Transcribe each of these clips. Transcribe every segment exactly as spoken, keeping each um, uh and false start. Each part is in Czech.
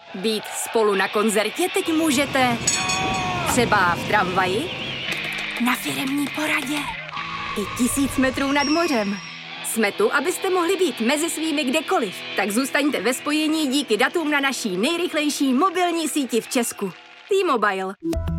Být spolu na koncertě teď můžete třeba v tramvaji, na firemní poradě i tisíc metrů nad mořem. Jsme tu, abyste mohli být mezi svými kdekoliv. Tak zůstaňte ve spojení díky datům na naší nejrychlejší mobilní síti v Česku. T-Mobile.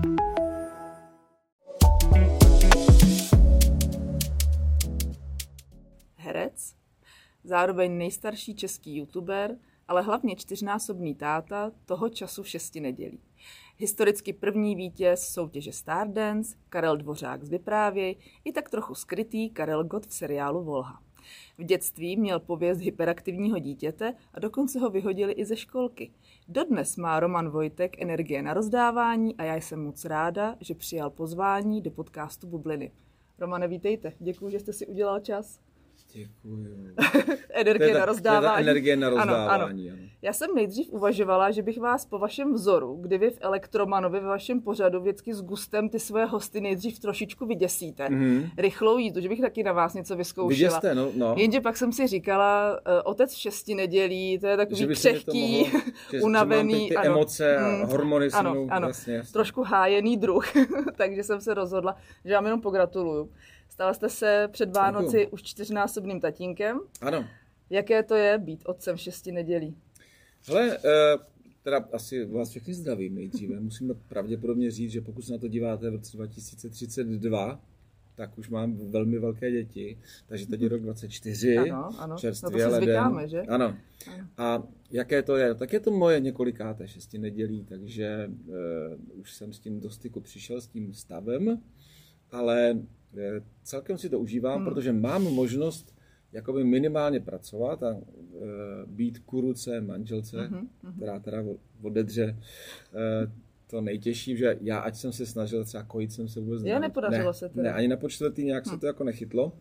Herec, zároveň nejstarší český youtuber, ale hlavně čtyřnásobný táta toho času v šesti nedělí. Historicky první vítěz soutěže Stardance, Karel Dvořák z Vyprávěj, i tak trochu skrytý Karel Gott v seriálu Volha. V dětství měl pověst hyperaktivního dítěte a dokonce ho vyhodili i ze školky. Dodnes má Roman Vojtek energie na rozdávání a já jsem moc ráda, že přijal pozvání do podcastu Bubliny. Romane, vítejte. Děkuji, že jste si udělal čas. Děkuju. energie na rozdávání. Energie na rozdávání, ano, ano. ano. Já jsem nejdřív uvažovala, že bych vás po vašem vzoru, kdy vy v Elektromanovi ve vašem pořadu vždycky s gustem ty své hosty nejdřív trošičku vyděsíte. Mm-hmm. Rychlou jízdu, že bych taky na vás něco vyzkoušela. Vyděste, no, no. Jenže pak jsem si říkala, uh, otec v šesti nedělí, to je takový křehký, mohlo, že, unavený. Že ty ano, emoce a hormony mm, ano, jsou ano, jasně, jasně. trošku hájený druh, takže jsem se rozhodla, že vám jenom pogratuluju. Stala jste se před Vánoci Děkuju. už čtyřnásobným tatínkem. Ano. Jaké to je být otcem v šesti nedělí? Hele, teda asi vás všechny zdravím nejdříve. Musím pravděpodobně říct, že pokud se na to díváte v roce dva tisíce třicet dva, tak už mám velmi velké děti, takže teď je rok dvacet čtyři, ano, ano. čerstvě no to leden. zvykáme, že? Ano. ano. A jaké to je? Tak je to moje několikáté šesti nedělí, takže uh, už jsem s tím do styku přišel, s tím stavem, ale celkem si to užívám, hmm. protože mám možnost jakoby minimálně pracovat a e, být ku ruce manželce, hmm. která teda odedře e, to nejtěžší, že já, ať jsem se snažil třeba kojit, jsem se vůbec ne, nepodařilo ne, se to. Ne, ani na počtvrtý nějak hmm. se to jako nechytlo.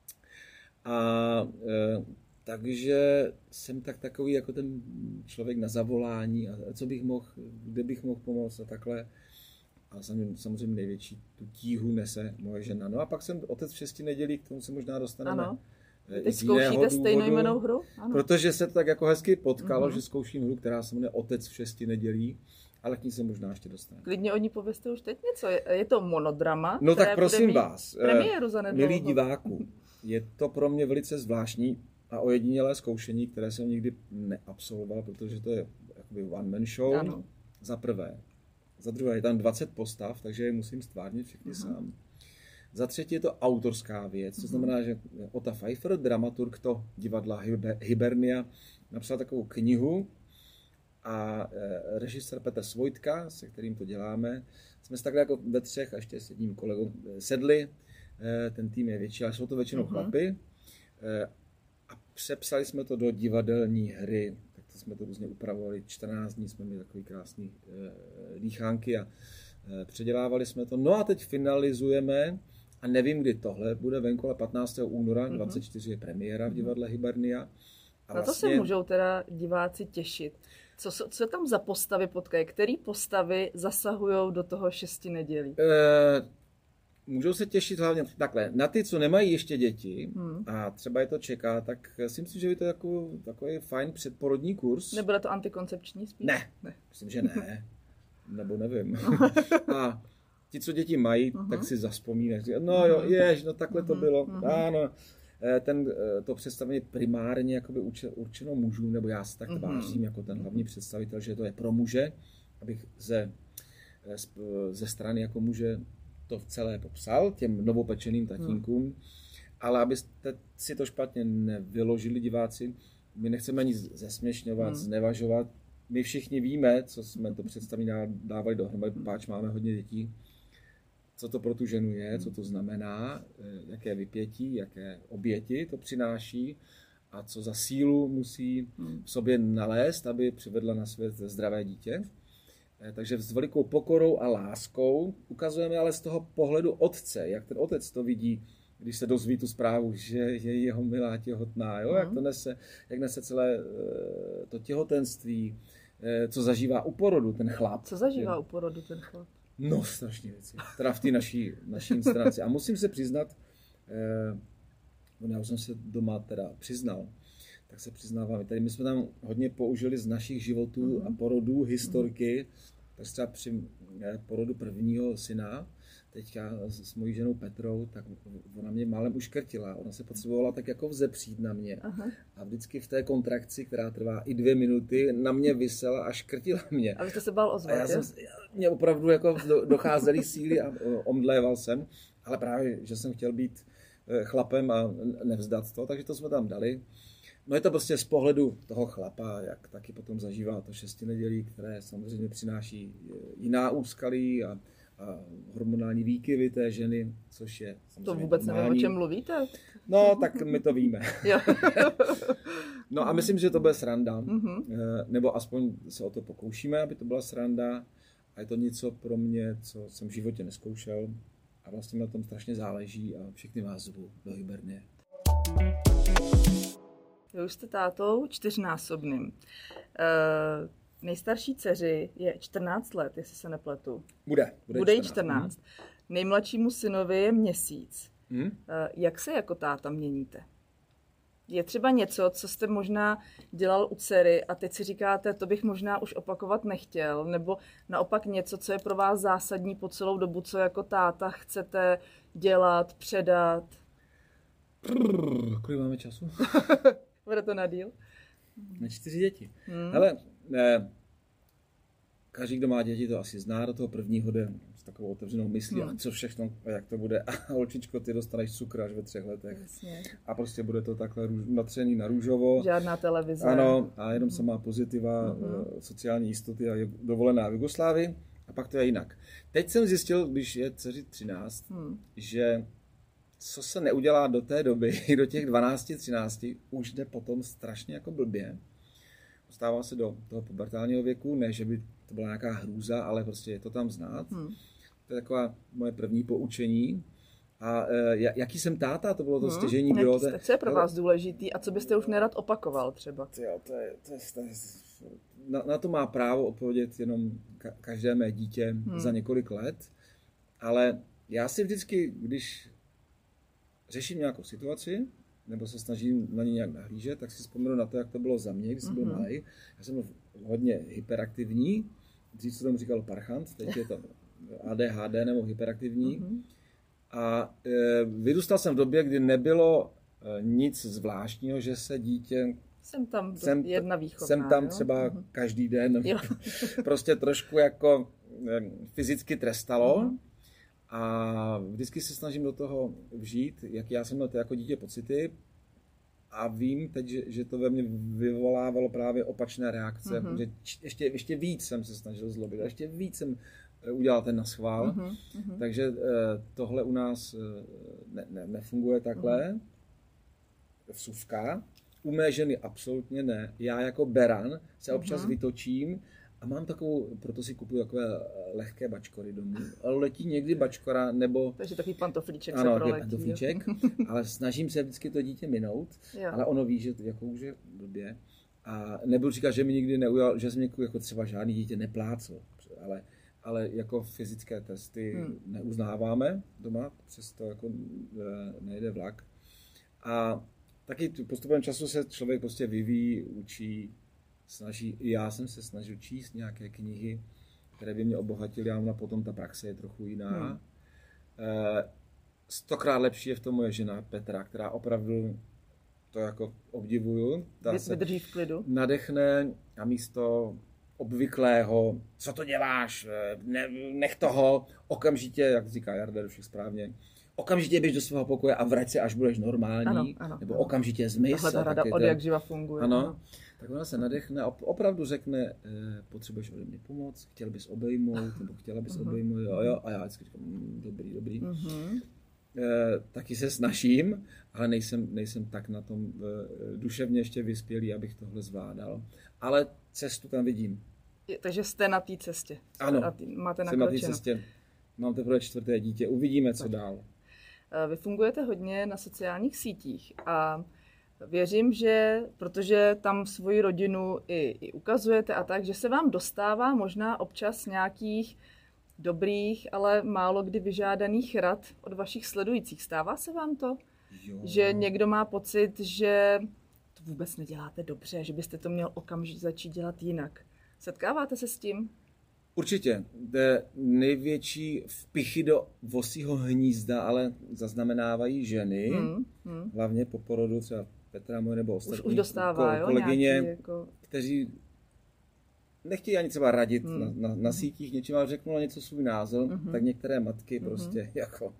A e, takže jsem tak takový jako ten člověk na zavolání a co bych mohl, kde bych mohl pomoct a takhle. A samozřejmě největší tu tíhu nese moje žena. No a pak jsem otec v šesti nedělí, k tomu se možná dostaneme. Ano. Teď zkoušíte stejnojmennou hru? Ano. Protože se to tak jako hezky potkalo, uh-huh. že zkouším hru, která se jmenuje Otec v šesti nedělí, ale k ní se možná ještě dostane. Klidně o ní povězte už teď něco. Je, je to monodrama, no tak prosím vás, premiéru za nedlouho. Milí diváků, je to pro mě velice zvláštní a ojedinělé zkoušení, které jsem nikdy neabsolvoval, protože to je jakoby one man show. Ano. Za prvé. Za druhé je tam dvacet postav, takže je musím stvárnit všechny uh-huh. sám. Za třetí je to autorská věc, to znamená, že Ota Pfeiffer, dramaturg to divadla Hibernia, napsal takovou knihu a e, režisér Petr Svojtka, se kterým to děláme, jsme se takhle jako ve třech a ještě s jedním kolegou sedli, e, ten tým je větší, ale jsou to většinou uh-huh. chlapy e, a přepsali jsme to do divadelní hry. Jsme to různě upravovali, čtrnáct dní jsme měli takový krásný e, dýchánky a e, předělávali jsme to. No a teď finalizujeme a nevím, kdy tohle bude venku, ale patnáctého února mm-hmm. dvacet čtyři je premiéra v divadle Hibernia. A na vlastně... to se můžou teda diváci těšit. Co, co tam za postavy potkají? Který postavy zasahují do toho šesti nedělí? E, Můžou se těšit hlavně takhle. Na ty, co nemají ještě děti hmm. a třeba je to čeká, tak si myslím, že je to jako, takový fajn předporodní kurz. Nebude to antikoncepční spíš? Ne, ne. Myslím, že ne. Nebo nevím. A ti, co děti mají, uh-huh. tak si zaspomínají. No jo, jež, no takhle uh-huh. to bylo. Uh-huh. Ano. Ten, to představení primárně jakoby určeno mužům, nebo já se tak tvářím uh-huh. jako ten hlavní představitel, že to je pro muže, abych ze, ze strany jako muže to v celé popsal těm novopečeným tatínkům, hmm. ale abyste si to špatně nevyložili diváci, my nechceme nic zesměšňovat, hmm. znevažovat. My všichni víme, co jsme to představení dávali dohromady, páč máme hodně dětí, co to pro tu ženu je, co to znamená, jaké vypětí, jaké oběti to přináší a co za sílu musí v sobě nalézt, aby přivedla na svět zdravé dítě. Takže s velikou pokorou a láskou ukazujeme ale z toho pohledu otce, jak ten otec to vidí, když se dozví tu zprávu, že je jeho milá těhotná, jo? Jak to nese, jak nese celé to těhotenství, co zažívá u porodu ten chlap. Co zažívá jo? u porodu ten chlap? No, strašně věci. Teda v té naší, naší inscenaci. A musím se přiznat, eh, já už jsem se doma teda přiznal, tak se přiznávám, tady my jsme tam hodně použili z našich životů mm-hmm. a porodů, historky, mm-hmm. tak třeba při porodu prvního syna, teďka s, s mojí ženou Petrou, tak ona mě málem uškrtila. Ona se potřebovala tak jako vzepřít na mě. Aha. A vždycky v té kontrakci, která trvá i dvě minuty, na mě visela a škrtila mě. A vy jste se bál ozvat, já jsem, mě opravdu jako docházely síly a omdléval jsem, ale právě, že jsem chtěl být chlapem a nevzdat to, takže to jsme tam dali. No je to prostě z pohledu toho chlapa, jak taky potom zažívá to šestinedělí, které samozřejmě přináší jiná úskalí a, a hormonální výkyvy té ženy, což je to vůbec normální. Nevím, o čem mluvíte. No, tak my to víme. No a myslím, že to bude sranda, mm-hmm. nebo aspoň se o to pokoušíme, aby to byla sranda a je to něco pro mě, co jsem v životě neskoušel a vlastně na tom strašně záleží a všechny vás zvu do Hybernie. Vy už jste tátou čtyřnásobným. E, nejstarší dceři je čtrnáct let, jestli se nepletu. Bude. Bude, bude jí čtrnáct. Mm. Nejmladšímu synovi je měsíc. Mm. E, jak se jako táta měníte? Je třeba něco, co jste možná dělal u dcery a teď si říkáte, to bych možná už opakovat nechtěl, nebo naopak něco, co je pro vás zásadní po celou dobu, co jako táta chcete dělat, předat? Kolik máme času? Bude to na díl? Na čtyři děti. Hmm. Hele, ne, každý, kdo má děti, to asi zná, do toho prvního jde s takovou otevřenou myslí, hmm. a co všechno, a jak to bude. A holčičko, ty dostaneš cukr až ve třech letech. Jasně. A prostě bude to takhle růž, natřený na růžovo. Žádná televize. Ano, a jenom samá pozitiva, hmm. sociální jistoty a je dovolená v Jugoslávii. A pak to je jinak. Teď jsem zjistil, když je dceři třináct, hmm. že co se neudělá do té doby, do těch dvanácti, třinácti, už jde potom strašně jako blbě. Dostává se do toho pubertálního věku, ne, že by to byla nějaká hrůza, ale prostě je to tam znát. Hmm. To je taková moje první poučení. A e, jaký jsem táta, to bylo to hmm. stěžení. Bylo to, co je pro vás důležitý a co byste už nerad opakoval třeba? Jo, to je, to je, to je, na, na to má právo odpovědět jenom ka, každé mé dítě hmm. za několik let. Ale já si vždycky, když řeším nějakou situaci, nebo se snažím na ní nějak nahlížet, tak si vzpomenu na to, jak to bylo za mě, když jsem byl malý. Já jsem byl hodně hyperaktivní, dřív se tomu říkalo parchant, teď je to A D H D nebo hyperaktivní. Mm-hmm. A e, vyrůstal jsem v době, kdy nebylo e, nic zvláštního, že se dítě... Jsem tam jsem, jedna výchovná. Jsem tam jo? třeba mm-hmm. každý den. Jo. Prostě trošku jako e, fyzicky trestalo. Mm-hmm. A vždycky se snažím do toho vžít, jak já jsem měl to jako dítě pocity a vím teď, že, že to ve mně vyvolávalo právě opačné reakce, mm-hmm. že ještě, ještě víc jsem se snažil zlobit a ještě víc jsem udělal ten naschvál, mm-hmm. takže tohle u nás ne, ne, nefunguje takhle, mm-hmm. vsuvka, u mé ženy absolutně ne, já jako beran se občas mm-hmm. vytočím. A mám takovou, proto si kupuju takové lehké bačkory domů. Letí někdy bačkora, nebo... Takže takový pantoflíček ano, se proletí. Ano, pantoflíček, ale snažím se vždycky to dítě minout, jo. Ale ono ví, že jako už je blbě. A nebudu říkat, že mi nikdy neujal, že jsem mě jako třeba žádný dítě neplácel, ale, ale jako fyzické testy hmm. neuznáváme doma, přesto jako nejde vlak. A taky postupem času se člověk prostě vyvíjí, učí, snaží, já jsem se snažil číst nějaké knihy, které by mě obohatily, a potom ta praxe je trochu jiná. Hmm. E, stokrát lepší je v tom moje žena Petra, která opravdu to jako obdivuju. Ta Vy, vydrží v klidu. Nadechne a místo obvyklého, co to děláš, ne, nech toho, okamžitě, jak říká Jarda Dušek správně, okamžitě běž do svého pokoje a vrať se, až budeš normální, ano, ano, nebo ano. okamžitě zmiz. Tahle ta rada od jak živa funguje. Ano, ano. Tak ona se nadechne a opravdu řekne, eh, potřebuješ ode mě pomoc, chtěl bys obejmout, nebo chtěla bys uh-huh. obejmout, jo, jo, a já vždycky říkám, mm, dobrý, dobrý. Uh-huh. Eh, taky se snažím, ale nejsem, nejsem tak na tom eh, duševně ještě vyspělý, abych tohle zvládal. Ale cestu tam vidím. Je, takže jste na té cestě. Ano, na tý, máte jsem na té cestě. Mám teprve čtvrté dítě, uvidíme, co tak. dál. Vy fungujete hodně na sociálních sítích a věřím, že protože tam svoji rodinu i, i ukazujete a tak, že se vám dostává možná občas nějakých dobrých, ale málo kdy vyžádaných rad od vašich sledujících. Stává se vám to? Jo. Že někdo má pocit, že to vůbec neděláte dobře, že byste to měl okamžitě začít dělat jinak. Setkáváte se s tím? Určitě. Jde největší vpichy do vosího hnízda, ale zaznamenávají ženy, hmm, hmm. hlavně po porodu třeba Petra moje nebo ostatní už, už dostává, ko- kolegyně, jo, jako... kteří nechtějí ani třeba radit hmm. na, na, na sítích něčím, ale řeknou něco svůj názor, hmm. tak některé matky hmm. prostě jako...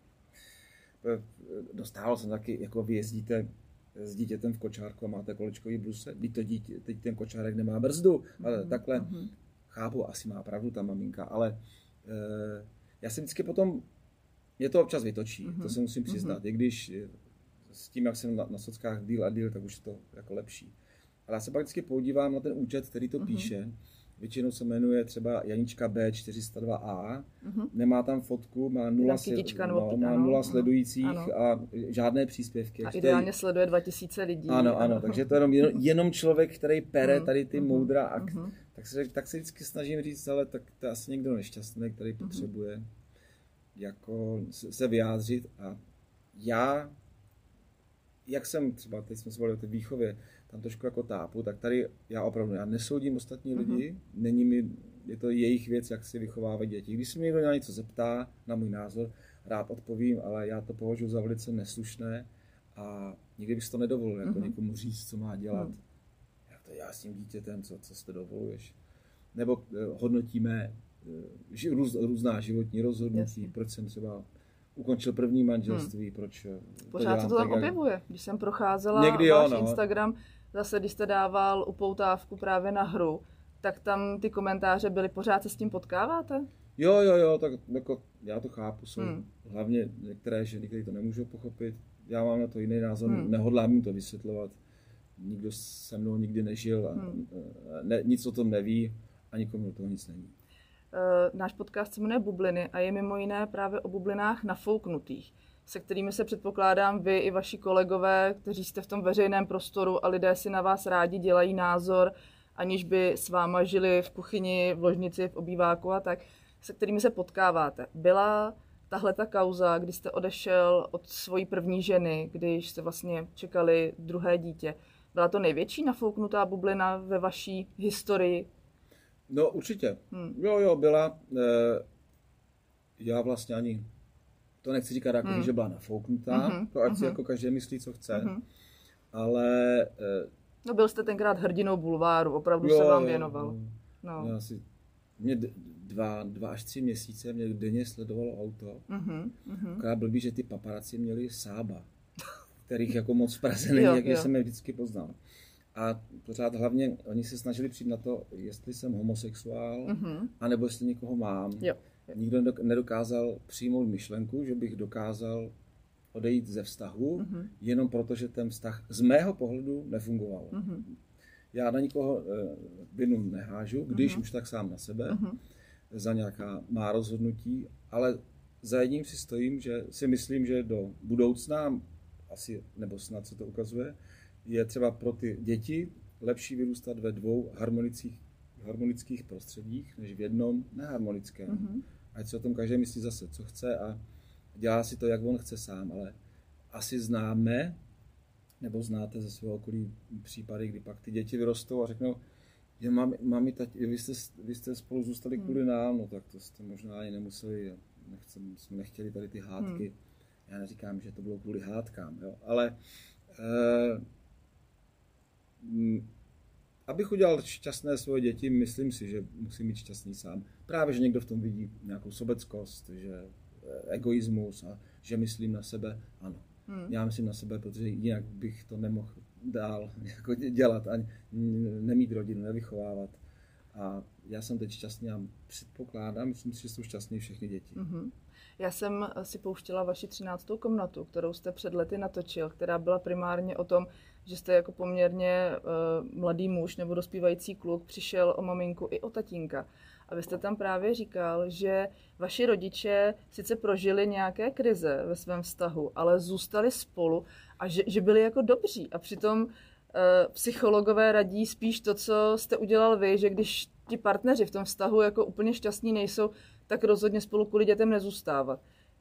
Dostával jsem taky, jako vy jezdíte s dítětem v kočárku a máte kolečkový bruse, teď, to dítě, teď ten kočárek nemá brzdu, ale hmm. takhle... Hmm. Chápu, asi má pravdu ta maminka, ale e, já si vždycky potom, mě to občas vytočí, mm-hmm. to se musím přiznat, mm-hmm. i když s tím, jak jsem na, na sockách díl a díl, tak už je to jako lepší. Ale já se pak vždycky podívám na ten účet, který to mm-hmm. píše, většinou se jmenuje třeba Janička B čtyři sta dva A, mm-hmm. nemá tam fotku, má nula, kytička, no, nebo, má ano, nula sledujících ano. a žádné příspěvky. A ideálně tady... sleduje dva tisíce lidí. Ano, ano, takže to je jenom, jenom, jenom člověk, který pere tady ty mm-hmm. moudra a mm-hmm. Tak se, tak se vždycky snažím říct, ale tak to je asi někdo nešťastný, který potřebuje mm-hmm. jako se vyjádřit. A já, jak jsem třeba, teď jsme se volili o té výchově, tam trošku jako tápu, tak tady já opravdu, já nesoudím ostatní mm-hmm. lidi, není mi, je to jejich věc, jak si vychovávají děti. Když se mě někdo na něco zeptá, na můj názor, rád odpovím, ale já to považuji za velice neslušné a nikdy bych si to nedovolil, jako mm-hmm. někomu říct, co má dělat. Mm. Já s tím dítětem, co, co jste dovoluješ. Nebo eh, hodnotíme eh, ži, růz, různá životní rozhodnutí, Jasně. proč jsem třeba ukončil první manželství, hmm. proč Pořád to se to tam tak, objevuje. Jak... Když jsem procházela Někdy váš jo, no. Instagram, zase když jste dával upoutávku právě na hru, tak tam ty komentáře byly, pořád se s tím potkáváte? Jo, jo, jo, tak jako já to chápu, jsou hmm. hlavně některé ženy, které to nemůžou pochopit. Já mám na to jiný názor, hmm. nehodlám jim to vysvětlovat. Nikdo se mnou nikdy nežil a hmm. ne, nic o tom neví a nikomu o toho nic není. Uh, náš podcast se jmenuje Bubliny a je mimo jiné právě o bublinách nafouknutých, se kterými se předpokládám vy i vaši kolegové, kteří jste v tom veřejném prostoru a lidé si na vás rádi dělají názor, aniž by s váma žili v kuchyni, v ložnici, v obýváku a tak, se kterými se potkáváte. Byla tahle ta kauza, kdy jste odešel od svojí první ženy, když jste vlastně čekali druhé dítě, byla to největší nafouknutá bublina ve vaší historii? No určitě. Hmm. Jo, jo, byla. E, já vlastně ani, to nechci říkat jako, hmm. že byla nafouknutá, mm-hmm. to ať si mm-hmm. jako každý myslí, co chce, mm-hmm. ale... E, no byl jste tenkrát hrdinou bulváru, opravdu jo, se vám věnoval. No. Já asi, mě dva, dva až tři měsíce mě denně sledovalo auto. Mm-hmm. Taková blbý, že ty paparazzi měli Sába, kterých jako moc v Praze není, jak jsem je vždycky poznal. A pořád hlavně oni se snažili přijít na to, jestli jsem homosexuál, mm-hmm. anebo jestli někoho mám. Jo. Nikdo nedokázal přijmout myšlenku, že bych dokázal odejít ze vztahu, mm-hmm. jenom proto, že ten vztah z mého pohledu nefungoval. Mm-hmm. Já na nikoho vinu nehážu, když mm-hmm. už tak sám na sebe, mm-hmm. za nějaká má rozhodnutí, ale za jedním si stojím, že si myslím, že do budoucna, asi, nebo snad se to ukazuje, je třeba pro ty děti lepší vyrůstat ve dvou harmonických, harmonických prostředích, než v jednom neharmonickém. Mm-hmm. Ať si o tom každý myslí zase, co chce a dělá si to, jak on chce sám, ale asi známe, nebo znáte ze svého okolí případy, kdy pak ty děti vyrostou a řeknou, že mami, mami tati, vy jste, vy jste spolu zůstali hmm. kvůli nám, no tak to jste možná ani nemuseli, nechce, jsme nechtěli tady ty hádky. Hmm. Já neříkám, že to bylo kvůli hádkám, jo, ale eh, m, abych udělal šťastné svoje děti, myslím si, že musím být šťastný sám. Právě, že někdo v tom vidí nějakou sobeckost, že egoismus a že myslím na sebe, ano. Hmm. Já myslím na sebe, protože jinak bych to nemohl dál jako dělat a nemít rodinu, nevychovávat. A já jsem teď šťastný a předpokládám, myslím si, že jsou šťastní všechny děti. Mm-hmm. Já jsem si pouštěla vaši třináctou komnatu, kterou jste před lety natočil, která byla primárně o tom, že jste jako poměrně uh, mladý muž nebo dospívající kluk přišel o maminku i o tatínka. A vy jste tam právě říkal, že vaši rodiče sice prožili nějaké krize ve svém vztahu, ale zůstali spolu a že, že byli jako dobří. A přitom uh, psychologové radí spíš to, co jste udělal vy, že když ti partneři v tom vztahu jako úplně šťastní nejsou, tak rozhodně spolu kvůli dětem nezůstávat.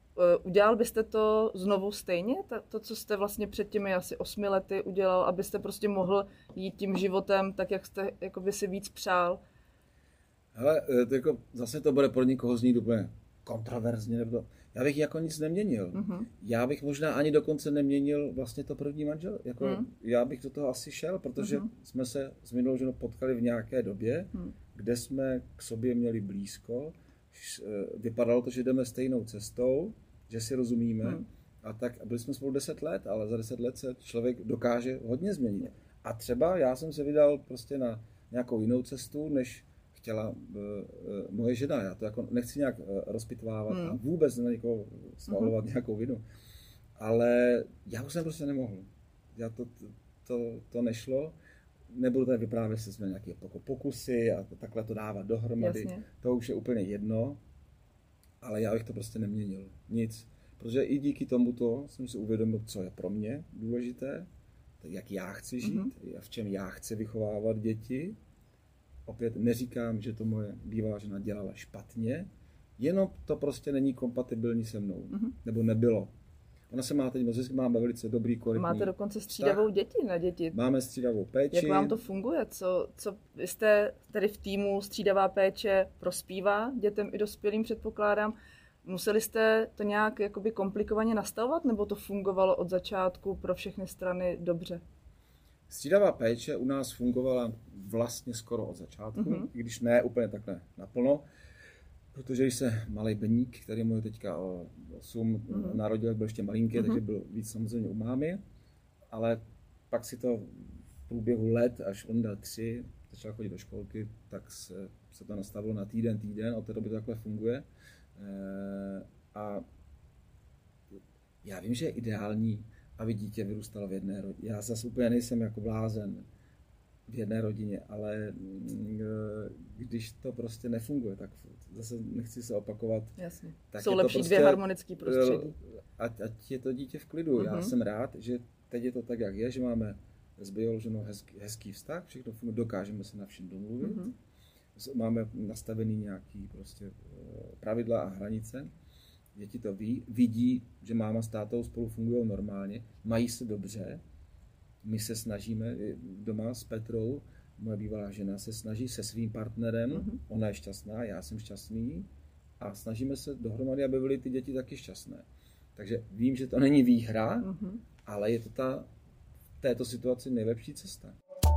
Udělal byste to znovu stejně? To, co jste vlastně před těmi asi osmi lety udělal, abyste prostě mohl jít tím životem tak, jak jste jakoby si víc přál? Hele, to jako, zase to bude pro někoho znít úplně kontroverzně. Nebo já bych jako nic neměnil. Mm-hmm. Já bych možná ani dokonce neměnil vlastně to první manžel. Jako, mm. Já bych do toho asi šel, protože mm-hmm. jsme se s minulou ženou potkali v nějaké době, mm. kde jsme k sobě měli blízko. Vypadalo to, že jdeme stejnou cestou, že si rozumíme. Hmm. A tak byli jsme spolu deset let, ale za deset let se člověk dokáže hodně změnit. A třeba já jsem se vydal prostě na nějakou jinou cestu, než chtěla uh, uh, moje žena. Já to jako nechci nějak uh, rozpitvávat hmm. a vůbec na někoho svalovat hmm. nějakou vinu. Ale já už jsem prostě nemohl. Já to, to, to nešlo. Nebudu tady vyprávět, že jsme nějaké pokusy a takhle to dávat dohromady. Jasně. To už je úplně jedno. Ale já bych to prostě neměnil. Nic. Protože i díky tomuto jsem si uvědomil, co je pro mě důležité, jak já chci žít, mm-hmm. v čem já chci vychovávat děti. Opět neříkám, že to moje bývalá žena dělala špatně, jenom to prostě není kompatibilní se mnou. Mm-hmm. Nebo nebylo. Ona se má teď moc, máme velice dobrý korektní. Máte dokonce střídavou děti na děti. Máme střídavou péči. Jak vám to funguje? Co, co vy jste tady v týmu střídavá péče prospívá dětem i dospělým, předpokládám. Museli jste to nějak jakoby komplikovaně nastavovat, nebo to fungovalo od začátku pro všechny strany dobře? Střídavá péče u nás fungovala vlastně skoro od začátku, mm-hmm. i když ne úplně takhle naplno. Protože když se malej Beník, který mu je teďka osm, mm-hmm. narodil, byl ještě malinký, mm-hmm. takže byl víc samozřejmě u mámy, ale pak si to v průběhu let, až on dal tři, začal chodit do školky, tak se, se to nastavilo na týden, týden, od té doby to takhle funguje. E, a já vím, že je ideální, aby dítě vyrůstalo v jedné rodině. Já zase úplně nejsem jako blázen v jedné rodině, ale když to prostě nefunguje, tak zase nechci se opakovat. Jasně. Jsou lepší prostě dvě harmonické prostředí. Ať, ať je to dítě v klidu. Mm-hmm. Já jsem rád, že teď je to tak, jak je, že máme s bioloženou hezký, hezký vztah, všechno funguje, dokážeme se na všem domluvit. Mm-hmm. Máme nastavený nějaký prostě pravidla a hranice. Děti to ví, vidí, že máma s tátou spolu fungují normálně, mají se dobře. My se snažíme doma s Petrou, moje bývalá žena se snaží se svým partnerem, mm-hmm. ona je šťastná, já jsem šťastný a snažíme se dohromady, aby byly ty děti taky šťastné. Takže vím, že to není výhra, mm-hmm. ale je to ta v této situaci nejlepší cesta.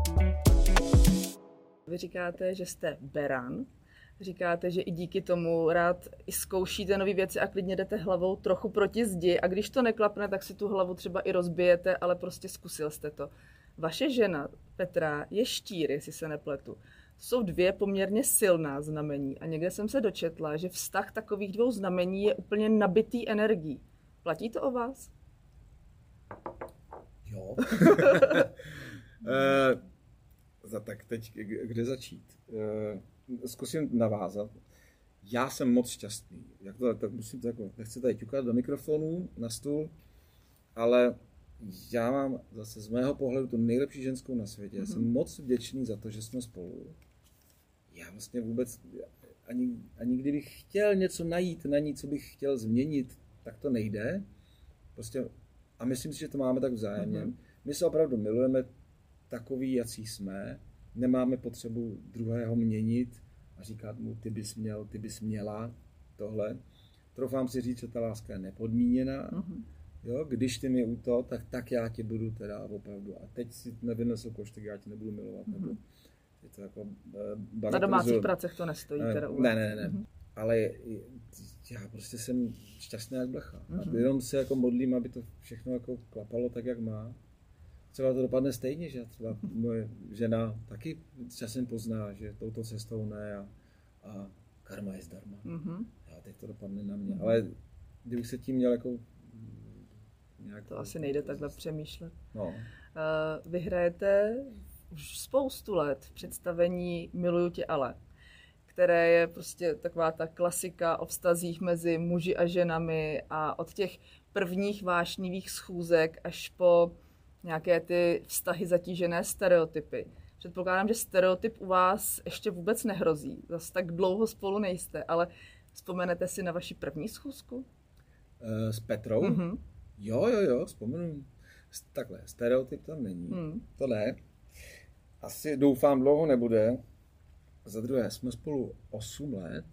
Vy říkáte, že jste beran, říkáte, že i díky tomu rád i zkoušíte nové věci a klidně jdete hlavou trochu proti zdi a když to neklapne, tak si tu hlavu třeba i rozbijete, ale prostě zkusil jste to. Vaše žena Petra je štír, jestli se nepletu. To jsou dvě poměrně silná znamení a někde jsem se dočetla, že vztah takových dvou znamení je úplně nabitý energií. Platí to o vás? Jo. e, tak teď kde začít? E, Zkusím navázat. Já jsem moc šťastný. Jak to, tak musím to jako, nechci tady ťukat do mikrofonu, na stůl, ale já mám zase z mého pohledu tu nejlepší ženskou na světě. Já jsem moc vděčný za to, že jsme spolu. Já vlastně vůbec, ani, ani kdybych chtěl něco najít na ní, co bych chtěl změnit, tak to nejde. Prostě, a myslím si, že to máme tak vzájemně. Mm-hmm. My se opravdu milujeme takový, jací jsme. Nemáme potřebu druhého měnit a říkat mu, ty bys měl, ty bys měla tohle. Troufám si říct, že ta láska je nepodmíněná. Mm-hmm. Jo, když ty mi u to, tak, tak já tě budu teda opravdu. A teď si nevynesl koš, tak já tě nebudu milovat. Mm-hmm. Nebo je to jako, uh, na domácích pracech to nestojí teda u Ne, ne, ne. Mm-hmm. Ale já prostě jsem šťastný jak blecha. Mm-hmm. A jenom se jako modlím, aby to všechno jako klapalo tak, jak má. Třeba to dopadne stejně, že třeba moje žena taky časem pozná, že touto cestou ne a, a karma je zdarma. Mm-hmm. A teď to dopadne na mě. Mm-hmm. Ale kdybych se tím měl jako nějak... To asi nejde takhle přemýšlet. No. Uh, vy hrajete už spoustu let v představení Miluju tě ale, které je prostě taková ta klasika o vztazích mezi muži a ženami a od těch prvních vášnivých schůzek až po nějaké ty vztahy zatížené stereotypy. Předpokládám, že stereotyp u vás ještě vůbec nehrozí. Zase tak dlouho spolu nejste, ale vzpomenete si na vaši první schůzku? s Petrou. Mm-hmm. Jo, jo, jo, vzpomenu. Takhle, stereotyp tam není. Mm. To ne. Asi doufám dlouho nebude. Za druhé, jsme spolu osm let.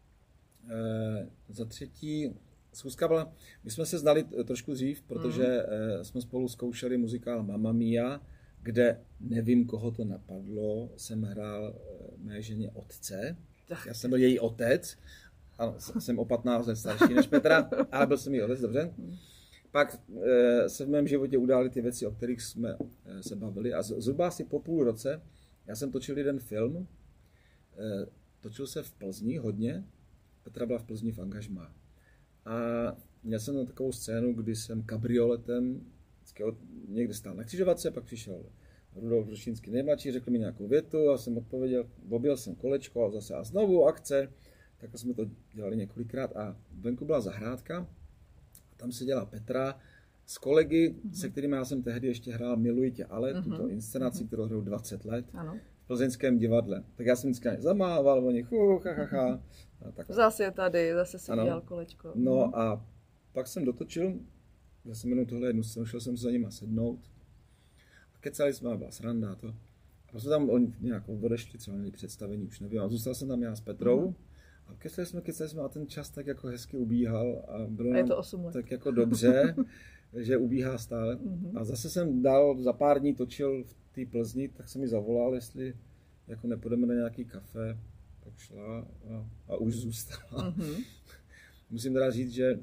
E, za třetí, schůzka byla, my jsme se znali trošku dřív, protože mm. jsme spolu zkoušeli muzikál Mamma Mia, kde nevím, koho to napadlo, jsem hrál mé ženě otce. Já jsem byl její otec, a jsem o patnáct let starší než Petra, ale byl jsem její otec, dobře. Pak e, se v mém životě udály ty věci, o kterých jsme e, se bavili. A zhruba asi po půl roce já jsem točil jeden film. E, točil se v Plzni hodně. Petra byla v Plzni v angažmá. A měl jsem na takovou scénu, kdy jsem kabrioletem někde stál na křižovatce, pak přišel Rudolf Rušínský nejmladší, řekl mi nějakou větu a jsem odpověděl, objel jsem kolečko a zase a znovu akce. Tak jsme to dělali několikrát a venku byla zahrádka. Tam seděla Petra s kolegy, mm-hmm. se kterými já jsem tehdy ještě hrál Miluji tě, ale mm-hmm. tuto inscenaci, mm-hmm. kterou hraju dvacet let ano. v plzeňském divadle. Tak já jsem vždycky zamával, oni hu, ha, ha, ha. Tak. Zase je tady, zase si dělal kolečko. No a pak jsem dotočil, já jsem jenom tohle jednu scénu, šel jsem se za nima sednout. A kecali jsme, byla sranda a to. A prostě tam oni nějak odešli, třeba měli představení, už nevím. A zůstal jsem tam já s Petrou. Mm-hmm. A kecali jsme, kecali jsme a ten čas tak jako hezky ubíhal a bylo a je to osm let. Tak jako dobře, že ubíhá stále. Mm-hmm. A zase jsem dal, za pár dní točil v té Plzni, tak jsem mi zavolal, jestli jako nepůjdeme na nějaký kafe. Tak šla a, a už zůstala. Mm-hmm. Musím teda říct, že e,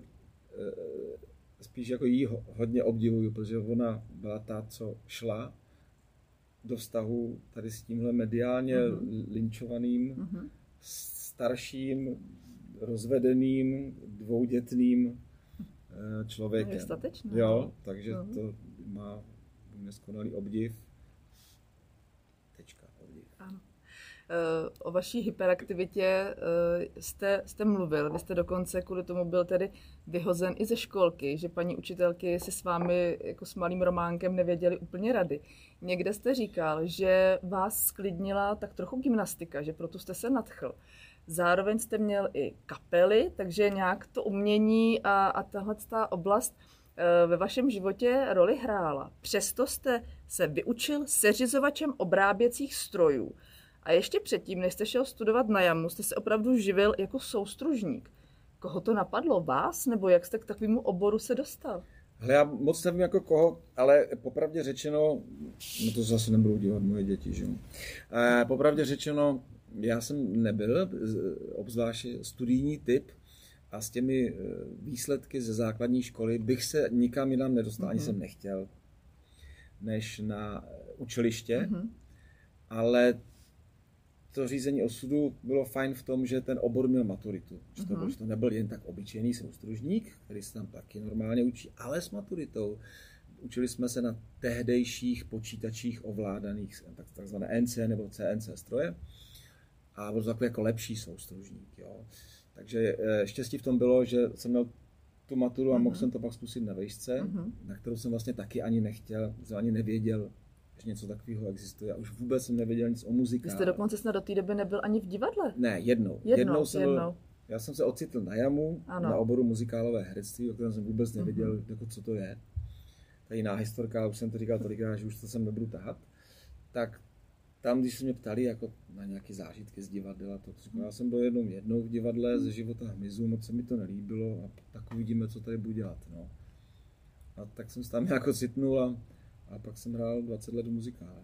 spíš jako jí hodně obdivuju, protože ona byla ta, co šla do vztahu tady s tímhle mediálně mm-hmm. linčovaným mm-hmm. starším, rozvedeným, dvoudětným člověkem. Je statečné. Jo, takže uh-huh. to má neskonalý obdiv. Tečka, obdiv. Ano. O vaší hyperaktivitě jste, jste mluvil, vy jste dokonce kvůli tomu byl tedy vyhozen i ze školky, že paní učitelky si s vámi jako s malým Románkem nevěděli úplně rady. Někde jste říkal, že vás sklidnila tak trochu gymnastika, že proto jste se nadchl. Zároveň jste měl i kapely, takže nějak to umění a, a tahle oblast e, ve vašem životě roli hrála. Přesto jste se vyučil seřizovačem obráběcích strojů. A ještě předtím, než jste šel studovat na jamu, jste se opravdu živil jako soustružník. Koho to napadlo? Vás? Nebo jak jste k takovému oboru se dostal? Hele, já moc nevím jako koho, ale popravdě řečeno, no to zase nebudou dělat moje děti, že jo. E, popravdě řečeno, já jsem nebyl obzvlášť studijní typ a s těmi výsledky ze základní školy bych se nikam jinam nedostal, mm-hmm. ani jsem nechtěl, než na učiliště, mm-hmm. ale to řízení osudu bylo fajn v tom, že ten obor měl maturitu. Že to, mm-hmm. že to nebyl jen tak obyčejný soustružník, který se tam taky normálně učí, ale s maturitou. Učili jsme se na tehdejších počítačích ovládaných takzvané N C nebo C N C stroje. A byl to takový jako lepší soustružník. Jo. Takže štěstí v tom bylo, že jsem měl tu maturu a mm-hmm. mohl jsem to pak zkusit na vejšce, mm-hmm. na kterou jsem vlastně taky ani nechtěl, jsem ani nevěděl, že něco takového existuje. A už vůbec jsem nevěděl nic o muzikále. Vy jste dokonce snad do té doby nebyl ani v divadle? Ne, jednou. Jednou, jednou jsem jednou. Byl, já jsem se ocitl na jamu, ano. na oboru muzikálové herectví, o kterém jsem vůbec nevěděl, mm-hmm. jako, co to je. Ta jiná historka, už jsem to říkal tolikrát, že už to sem nebudu tahat. Tak tam, když se mě ptali jako na nějaké zážitky z divadla, to říkal, já jsem byl jednou jednou v divadle ze života hmyzu, moc se mi to nelíbilo a tak uvidíme, co tady budu dělat. No. A tak jsem se tam jako citnul a, a pak jsem hrál dvacet let v muzikále.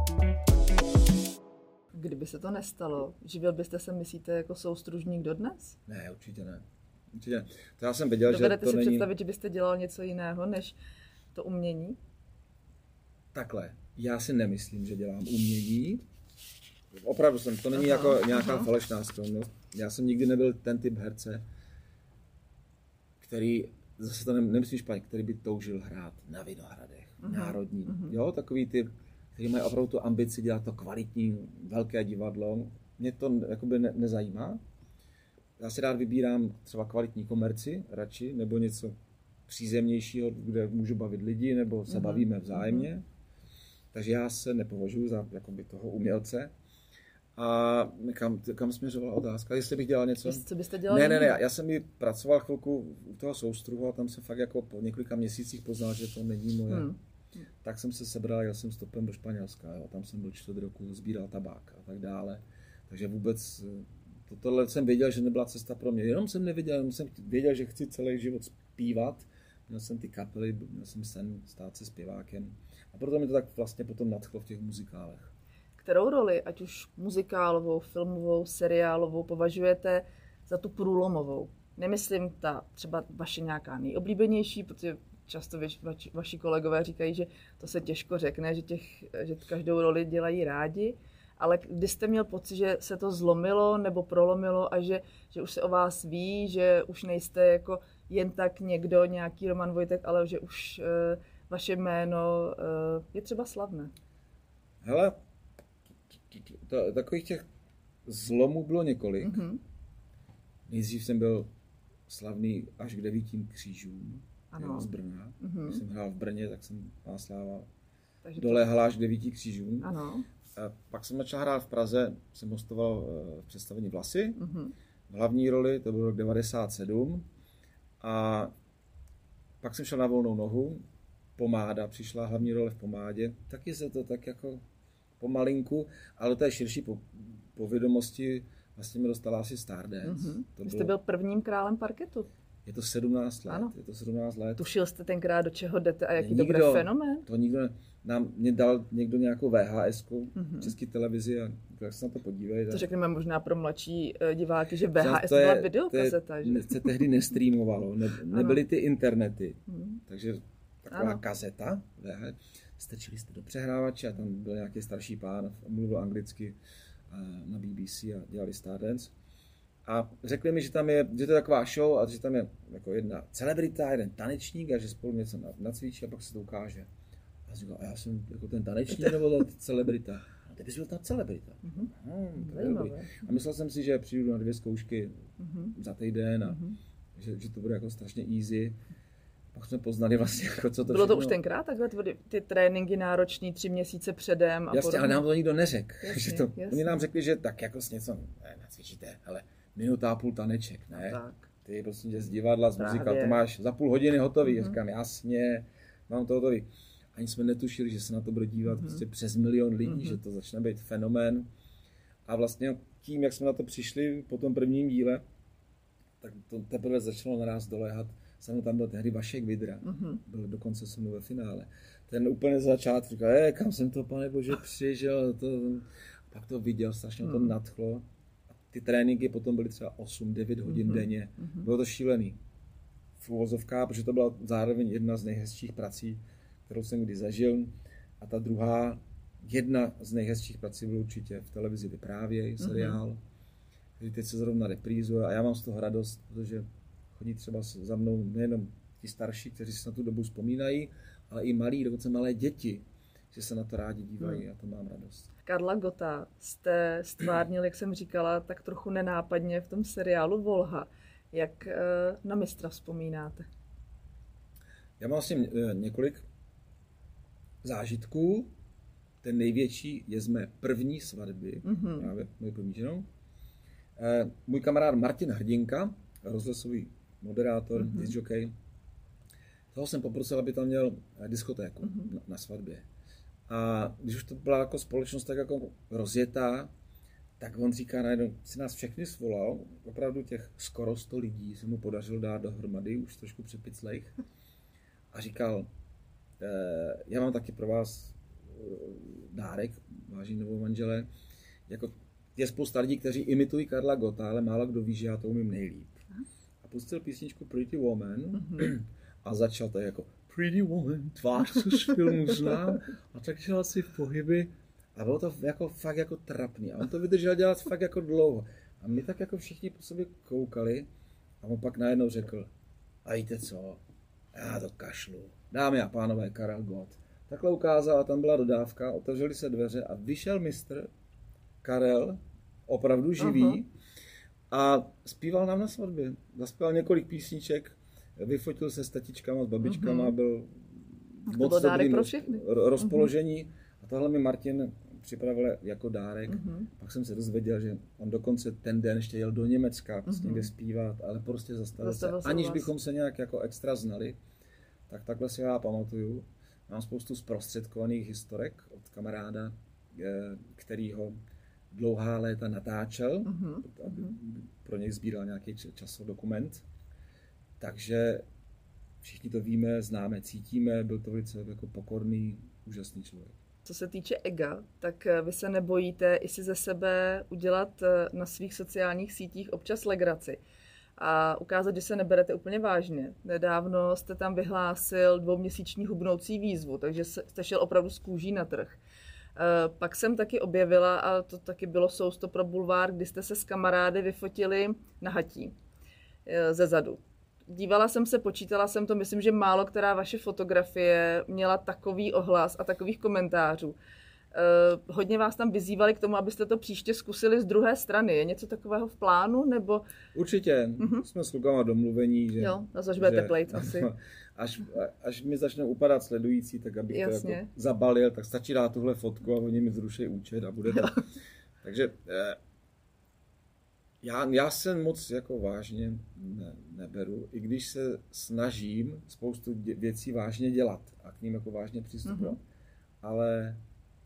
Kdyby se to nestalo, živil byste se, myslíte, jako soustružník dodnes? Ne, určitě ne. Určitě ne. To já jsem věděl, Dovedete že to si není... představit, že byste dělal něco jiného, než to umění? Takhle. Já si nemyslím, že dělám umění. Opravdu jsem, to není aha, jako nějaká aha. falešná skromnost. Já jsem nikdy nebyl ten typ herce, který, zase to nemyslím špatně, který by toužil hrát na Vinohradech, aha. národní. Aha. Jo, takový typ, který mají opravdu tu ambici dělat to kvalitní, velké divadlo. Mě to jakoby ne, nezajímá. Já si rád vybírám třeba kvalitní komerci, radši, nebo něco přízemnějšího, kde můžu bavit lidi, nebo se aha. bavíme vzájemně. Aha. Takže já se nepovažuji za jakoby, toho umělce, A kam, kam směřovala otázka? Jestli bych dělal něco? Co byste dělal? Ne, ne, ne, já jsem i pracoval chvilku u toho soustruhu a tam jsem fakt jako po několika měsících poznal, že to není moje. Hmm. Tak jsem se sebral, jel jsem stopem do Španělska, jo. Tam jsem byl čtvrt roku, sbíral tabák a tak dále. Takže vůbec to, tohle jsem věděl, že nebyla cesta pro mě. Jenom jsem nevěděl, jenom jsem věděl, že chci celý život zpívat. Měl jsem ty kapely, měl jsem sen stát se zpěvákem. A proto mi to tak vlastně potom nadchlo v těch muzikálech. Kterou roli, ať už muzikálovou, filmovou, seriálovou, považujete za tu průlomovou? Nemyslím ta třeba vaše nějaká nejoblíbenější, protože často vaši, vaši kolegové říkají, že to se těžko řekne, že, těch, že každou roli dělají rádi, ale kdy jste měl pocit, že se to zlomilo nebo prolomilo a že, že už se o vás ví, že už nejste jako jen tak někdo, nějaký Roman Vojtek, ale že už uh, vaše jméno uh, je třeba slavné? Hele, to, takových těch zlomů bylo několik. Mm-hmm. Nejdřív jsem byl slavný až k devítím křížům z Brna. Mm-hmm. Když jsem hrál v Brně, tak jsem má sláva dolehla až k devíti křížům. Ano. A pak jsem začal hrát v Praze, jsem hostoval v představení Vlasy. Mm-hmm. V hlavní roli, to byl rok devadesát sedm. A pak jsem šel na volnou nohu. Pomáda, přišla hlavní role v Pomádě. Taky se to tak jako pomalinku, ale to je širší po, povědomosti. Vlastně mi dostala asi Stardance. Mm-hmm. Vy jste byl prvním králem parketu. Je to sedmnáct let. Ano. Je to sedmnáct let. Tušil jste tenkrát, do čeho jdete a jaký to bude fenomén? To nikdo ne, nám mě dal někdo nějakou V H S ku mm-hmm. České televizi a tak se na to podívej. To řekneme možná pro mladší diváky, že V H S to je, byla videokazeta. To, je, že? Se tehdy nestreamovalo, ne, nebyly ty internety. Mm-hmm. Takže taková ano. kazeta V H S. Strčili jste do přehrávače a tam byl nějaký starší pán, mluvil anglicky na B B C a dělali Stardance. A řekli mi, že tam je, že to je taková show a že tam je jako jedna celebrita, jeden tanečník a že spolu něco nacvičí a pak se to ukáže. A říkal, a já jsem jako ten tanečník nebo ta celebrita? A ty bys byl ta celebrita. Mm-hmm. Hmm, to je dobrý. A myslel jsem si, že přijdu na dvě zkoušky mm-hmm. za týden a mm-hmm. že, že to bude jako strašně easy. Pak jsme poznali vlastně, jako co to bylo všechno. To už tenkrát takhle ty, ty tréninky náročný tři měsíce předem a jasně, podobně. Ale nám to nikdo neřekl. Jasně, to, oni nám řekli, že tak jako s něco ne, nacvičíte, ale minuta a půl taneček, ne? Tak. Ty prostě z divadla, z muzika, to máš za půl hodiny hotový. Mm-hmm. Říkám, jasně, mám to hotový. Ani jsme netušili, že se na to bude dívat mm-hmm. prostě přes milion lidí, mm-hmm. že to začne být fenomén. A vlastně tím, jak jsme na to přišli po tom prvním díle, tak to teprve začalo na nás doléhat. Sam tam byl tehdy Vašek Vidra, mm-hmm. byl dokonce se mnou ve finále. Ten úplně z začátku říkal, je, kam jsem to, pane bože, přišel. To... Pak to viděl, strašně mm. to nadchlo. Ty tréninky potom byly třeba osm devět hodin mm-hmm. denně. Mm-hmm. Bylo to šílený. V uvozovkách, protože to byla zároveň jedna z nejhezčích prací, kterou jsem kdy zažil. A ta druhá, jedna z nejhezčích prací byla určitě v televizi Vyprávěj, seriál, mm-hmm. který teď se zrovna reprízuje. A já mám z toho radost, protože chodí třeba za mnou nejenom ti starší, kteří si na tu dobu vzpomínají, ale i malí, dokonce malé děti, že se na to rádi dívají a to mám radost. Karla Gotta jste stvárnil, jak jsem říkala, tak trochu nenápadně v tom seriálu Volha. Jak na mistra vzpomínáte? Já mám vlastně několik zážitků. Ten největší je z mé první svatby, mm-hmm. právě mojí první ženou. Můj kamarád Martin Hrdinka, rozhlasový moderátor, mm-hmm. discjockey. Toho jsem poprosil, aby tam měl diskotéku mm-hmm. na, na svatbě. A když už to byla jako společnost tak jako rozjetá, tak on říká najednou, si nás všechny svolal, opravdu těch skoro sto lidí se mu podařilo dát dohromady, už trošku přepiclejch. A říkal, e, já mám taky pro vás dárek, vážení novou manželé. Jako, je spousta lidí, kteří imitují Karla Gotta, ale málo kdo ví, že já to umím nejlíp. A pustil písničku Pretty Woman mm-hmm. a začal to jako Pretty Woman, tvář, co z filmu znám. A tak dělal si pohyby a bylo to jako fakt jako trapný. A on to vydržel dělat fakt jako dlouho. A my tak jako všichni po sobě koukali a on pak najednou řekl, a víte co, já to kašlu. Dámy a pánové, Karel Gott. Takhle ukázal a tam byla dodávka, otevřely se dveře a vyšel mistr Karel, opravdu živý, uh-huh. a zpíval nám na svatbě. Zaspíval několik písniček, vyfotil se s tatičkama, s babičkama, uh-huh. byl moc dobrý pro všechny. rozpoložení. Uh-huh. A tohle mi Martin připravil jako dárek. Mm-hmm. Pak jsem se dozvěděl, že on dokonce ten den ještě jel do Německa mm-hmm. někde zpívat, ale prostě zastavil, zastavil se. Aniž vás. bychom se nějak jako extra znali. Tak takhle si já pamatuju. Mám spoustu zprostředkovaných historek od kamaráda, který ho dlouhá léta natáčel, mm-hmm. aby pro něj sbíral nějaký časový dokument. Takže všichni to víme, známe, cítíme, byl to velice jako pokorný, úžasný člověk. Co se týče ega, tak vy se nebojíte i si ze sebe udělat na svých sociálních sítích občas legraci a ukázat, že se neberete úplně vážně. Nedávno jste tam vyhlásil dvouměsíční hubnoucí výzvu, takže jste šel opravdu z kůží na trh. Pak jsem taky objevila, a to taky bylo sousto pro bulvár, kdy jste se s kamarády vyfotili na hatí ze zadu. Dívala jsem se, počítala jsem to, myslím, že málo která vaše fotografie měla takový ohlas a takových komentářů. Eh, hodně vás tam vyzývali k tomu, abyste to příště zkusili z druhé strany. Je něco takového v plánu, nebo? Určitě. Mm-hmm. Jsme s klukama domluvení, že... Jo, na což budete plejt asi. Až, až mi začnou upadat sledující, tak abych Jasně. to jako zabalil, tak stačí dát tuhle fotku a oni mi zruší účet a bude to. Takže... Eh, Já, já se moc jako vážně ne, neberu, i když se snažím spoustu dě, věcí vážně dělat a k ním jako vážně přistupovat. Mm-hmm. Ale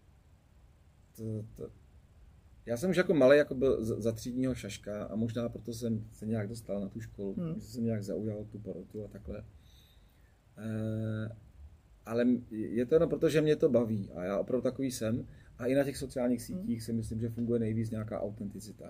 to, to, já jsem už jako malý jako byl za třídního šaška a možná proto jsem se nějak dostal na tu školu, mm. že jsem nějak zaujal tu porotu a takhle. E, ale je to jenom proto, že mě to baví a já opravdu takový jsem. A i na těch sociálních sítích mm. si myslím, že funguje nejvíc nějaká autenticita.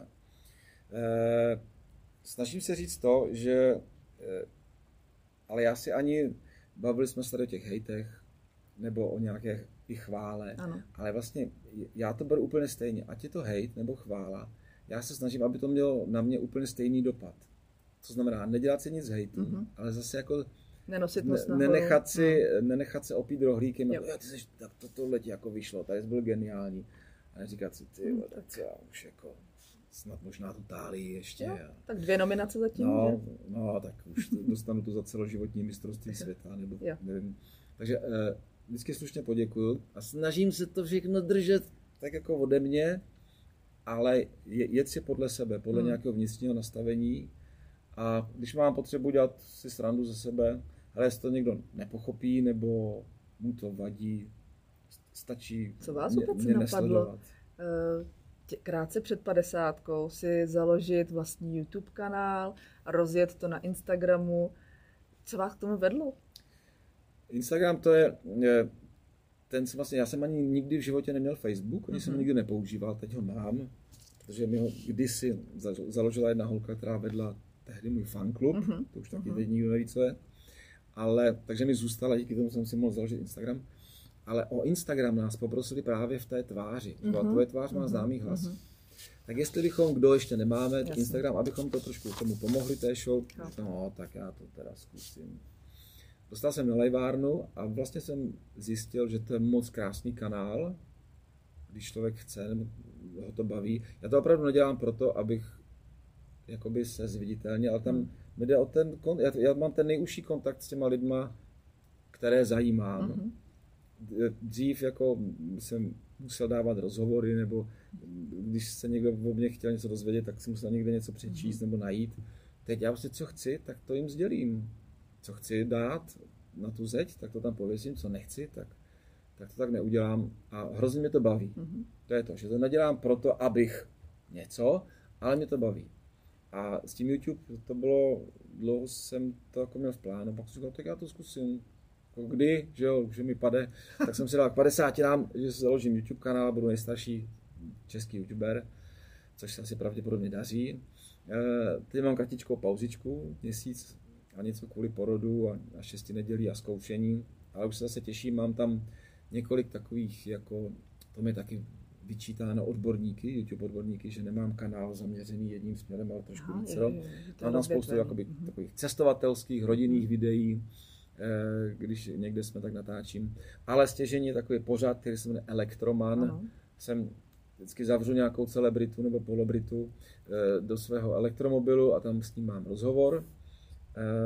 Eh, snažím se říct to, že eh, ale já si ani, bavili jsme se tady o těch hejtech nebo o nějaké i chvále, ano. ale vlastně já to beru úplně stejně, ať je to hejt nebo chvála, já se snažím, aby to mělo na mě úplně stejný dopad. To znamená, nedělat si nic z hejtu, mm-hmm. ale zase jako Nenosit ne, nenechat, si, no. nenechat se opít rohlíkem, jo. Jo, ty seš, tak to, tohle ti jako vyšlo, tady jsi byl geniální. A neříkat si, ty, mm, tak, tak já už jako snad možná tu Tálii ještě. Jo, a... Tak dvě nominace zatím, no, že? No, tak už dostanu to za celoživotní mistrovství světa, nebo jo. nevím. Takže eh, vždycky slušně poděkuju a snažím se to všechno držet tak jako ode mě, ale je, jet si podle sebe, podle hmm. nějakého vnitřního nastavení a když mám potřebu dělat si srandu ze sebe, ale jestli to někdo nepochopí, nebo mu to vadí, stačí Co vás mě, vůbec mě napadlo? nesledovat. Uh... krátce před padesátkou si založit vlastní YouTube kanál a rozjet to na Instagramu. Co vás k tomu vedlo? Instagram to je, je ten jsem vlastně, já jsem ani nikdy v životě neměl Facebook, ani mm-hmm. jsem ho nikdy nepoužíval, teď ho mám, protože mi ho kdysi založila jedna holka, která vedla tehdy můj fanklub, mm-hmm. to už taky mm-hmm. teď nikdo neví, co je, ale takže mi zůstala, díky tomu jsem si mohl založit Instagram. Ale o Instagram nás poprosili právě v té tváři. Mm-hmm. Tvoje tvář má mm-hmm. známý hlas. Mm-hmm. Tak jestli bychom, kdo ještě nemáme, Jasně. Instagram, abychom to trošku tomu pomohli té show, no tak já to teda zkusím. Dostal jsem na livárnu a vlastně jsem zjistil, že to je moc krásný kanál, když člověk chce, ho to baví. Já to opravdu nedělám proto, abych jakoby se zviditelnil, ale tam mm. mi jde o ten, já, já mám ten nejužší kontakt s těma lidma, které zajímám. Mm-hmm. Dřív jako jsem musel dávat rozhovory, nebo když se někdo o mě chtěl něco dozvědět, tak si musel někde něco přečíst nebo najít. Teď já prostě co chci, tak to jim sdělím. Co chci dát na tu zeď, tak to tam pověsím, co nechci, tak, tak to tak neudělám a hrozně mě to baví. Mm-hmm. To je to, že to nedělám proto, abych něco, ale mě to baví. A s tím YouTube to bylo, dlouho jsem to jako měl v plánu, pak jsem říkal, tak já to zkusím. Kdy, že jo, že mi pade, tak jsem si dal k padesáti nám, že si založím YouTube kanál, budu nejstarší český youtuber, což se asi pravděpodobně daří. E, teď mám kratičkou pauzičku, měsíc a něco kvůli porodu a, a šesti nedělí a zkoušení, ale už se zase těším, mám tam několik takových, jako, to mi taky vyčítáno odborníky, YouTube odborníky, že nemám kanál zaměřený jedním směrem, ale trošku Aha, více. Mám tam spoustu jakoby, mm-hmm. takových cestovatelských, rodinných mm-hmm. videí, když někde jsme, tak natáčím. Ale stěžení je takový pořad, který se jmenuje Elektroman. Ano. Jsem vždycky zavřu nějakou celebritu nebo polobritu do svého elektromobilu a tam s ním mám rozhovor.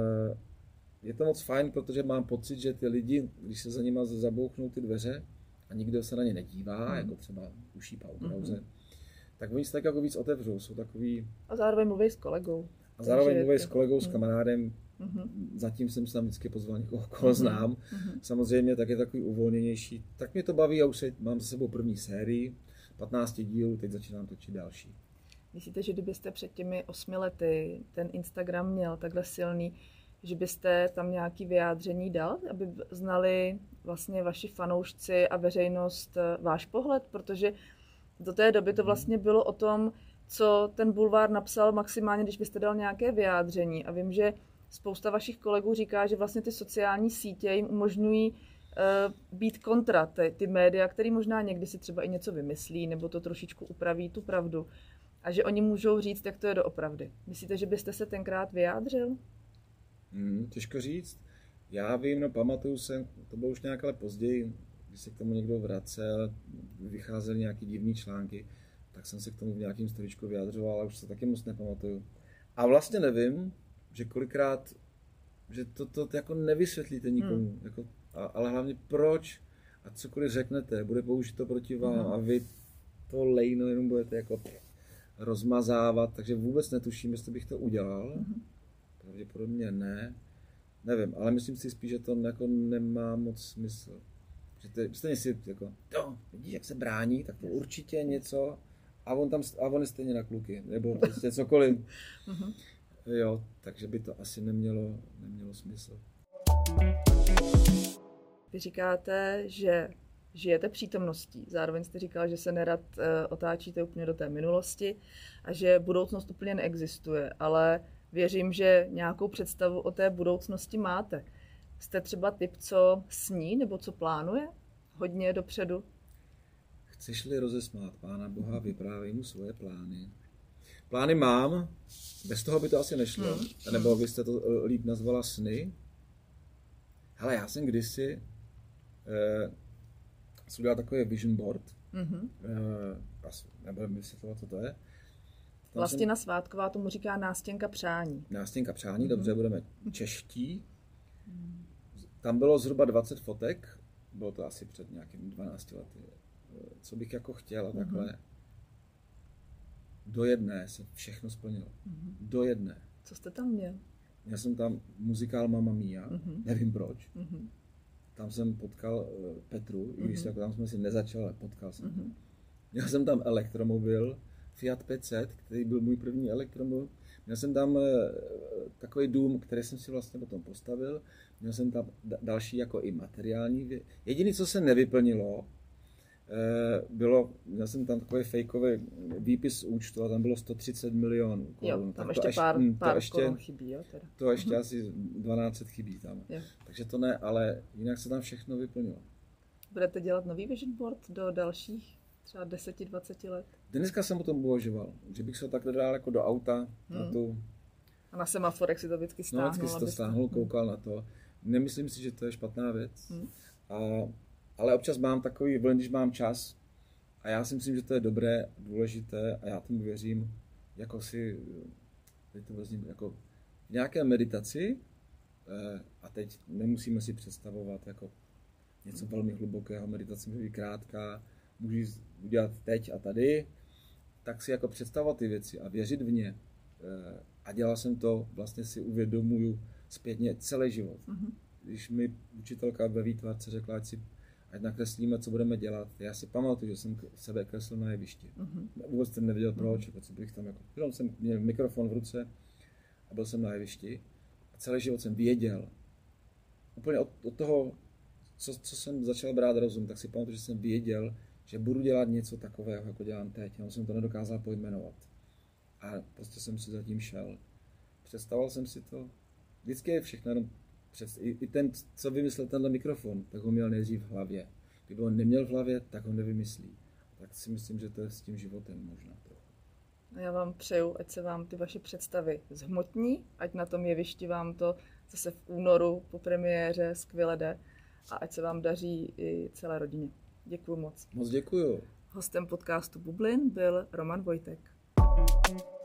Je to moc fajn, protože mám pocit, že ty lidi, když se za nima zabouchnou ty dveře a nikdo se na ně nedívá, hmm. jako třeba uší Paul Brause, hmm. tak oni se tak jako víc otevřou, jsou takový... A zároveň mluví s kolegou. A zároveň mluví s kolegou, s kamarádem. Mm-hmm. Zatím jsem se tam vždycky pozval někoho, koho znám. Mm-hmm. Samozřejmě tak je takový uvolněnější. Tak mě to baví a už se, mám za sebou první sérii, patnáct dílů, teď začínám točit další. Myslíte, že kdybyste před těmi osmi lety ten Instagram měl takhle silný, že byste tam nějaké vyjádření dal, aby znali vlastně vaši fanoušci a veřejnost váš pohled? Protože do té doby to vlastně bylo o tom, co ten bulvár napsal maximálně, když byste dal nějaké vyjádření. A vím, že spousta vašich kolegů říká, že vlastně ty sociální sítě jim umožňují uh, být kontra ty, ty média, které možná někdy si třeba i něco vymyslí, nebo to trošičku upraví tu pravdu. A že oni můžou říct, jak to je doopravdy. Myslíte, že byste se tenkrát vyjádřil? Hmm, těžko říct. Já vím, no pamatuju se, to bylo už nějak ale později, když se k tomu někdo vracel, vycházely nějaký divný články, tak jsem se k tomu v nějakým storičku vyjadřoval, ale už se taky moc nepamatuju. A vlastně nevím, že kolikrát, že to, to, to jako nevysvětlíte nikomu, hmm. jako, a, ale hlavně proč a cokoliv řeknete, bude použito proti vám hmm. a vy to lejno jenom budete jako rozmazávat, takže vůbec netuším, jestli bych to udělal. Hmm. Pravděpodobně ne, nevím, ale myslím si spíš, že to jako nemá moc smysl. Že to je, stejně si jako, jo, vidíš, jak se brání, tak to určitě něco a on tam, a on je stejně na kluky, nebo prostě cokoliv. Uh-huh. Jo, takže by to asi nemělo, nemělo smysl. Vy říkáte, že žijete přítomností, zároveň jste říkal, že se nerad uh, otáčíte úplně do té minulosti a že budoucnost úplně neexistuje, ale věřím, že nějakou představu o té budoucnosti máte. Jste třeba typ, co sní nebo co plánuje hodně dopředu? Chceš-li rozesmát Pána Boha, vyprávěj mu svoje plány. Plány mám, bez toho by to asi nešlo, hmm. nebo byste to líp nazvala sny. Hele, já jsem kdysi eh, jsem udělal takový vision board, mm-hmm. eh, asi nebudeme vysvětlovat, co to je. Vlastina jsem... Svátková tomu říká nástěnka přání. Nástěnka přání, mm-hmm. dobře, budeme čeští. Tam bylo zhruba dvacet fotek, bylo to asi před nějakými dvanácti lety. Co bych jako chtěl a takhle. Mm-hmm. Do jedné se všechno splnilo. Mm-hmm. Do jedné. Co jste tam měl? Měl jsem tam muzikál Mamma Mia, mm-hmm. nevím proč. Mm-hmm. Tam jsem potkal uh, Petru, mm-hmm. i když jako tam jsme si nezačali, ale potkal jsem. Mm-hmm. Měl jsem tam elektromobil, Fiat pět set, který byl můj první elektromobil. Měl jsem tam uh, takový dům, který jsem si vlastně potom postavil. Měl jsem tam d- další jako i materiální věci. Jediné, co se nevyplnilo, bylo, měl jsem tam takový fejkový výpis z účtu a tam bylo sto třicet milionů korun. Jo, tam ještě až, pár, to pár ještě, korun chybí, jo? Teda. To ještě uh-huh. asi dvanáct set chybí tam. Jo. Takže to ne, ale jinak se tam všechno vyplnilo. Budete dělat nový vision board do dalších třeba deset dvacet let? Dneska jsem o tom uvažoval, že bych se takhle dal jako do auta hmm. na tu... A na semaforek si to vždycky stáhnul. No, vždycky si to stáhnul, koukal hmm. na to. Nemyslím si, že to je špatná věc. Hmm. A Ale občas mám takový vln, když mám čas a já si myslím, že to je dobré, důležité a já tomu věřím, jako si, to vezím, jako v nějaké meditaci a teď nemusíme si představovat jako něco velmi hlubokého, meditace může být krátká, můžu udělat teď a tady, tak si jako představovat ty věci a věřit v ně. A dělal jsem to, vlastně si uvědomuju zpětně celý život. Mm-hmm. Když mi učitelka ve výtvarce řekla, ať si ať nakreslíme, co budeme dělat. Já si pamatuju, že jsem sebe kreslil na jevišti. Uh-huh. Vůbec jsem nevěděl proč, uh-huh. protože bych tam jako... Jenom jsem měl mikrofon v ruce a byl jsem na jevišti. A celý život jsem věděl. Úplně od, od toho, co, co jsem začal brát rozum, tak si pamatuju, že jsem věděl, že budu dělat něco takového, jako dělám teď. Jenom jsem to nedokázal pojmenovat. A prostě jsem si zatím šel. Představoval jsem si to. Vždycky je všechno jenom Přes, i, I ten, co vymyslel tenhle mikrofon, tak ho měl nejdřív v hlavě. Kdyby ho neměl v hlavě, tak ho nevymyslí. Tak si myslím, že to je s tím životem možná trochu. A já vám přeju, ať se vám ty vaše představy zhmotní, ať na tom jevišti vám to zase v únoru po premiéře skvěle jde a ať se vám daří i celé rodině. Děkuju moc. Moc děkuju. Hostem podcastu Bublin byl Roman Vojtek.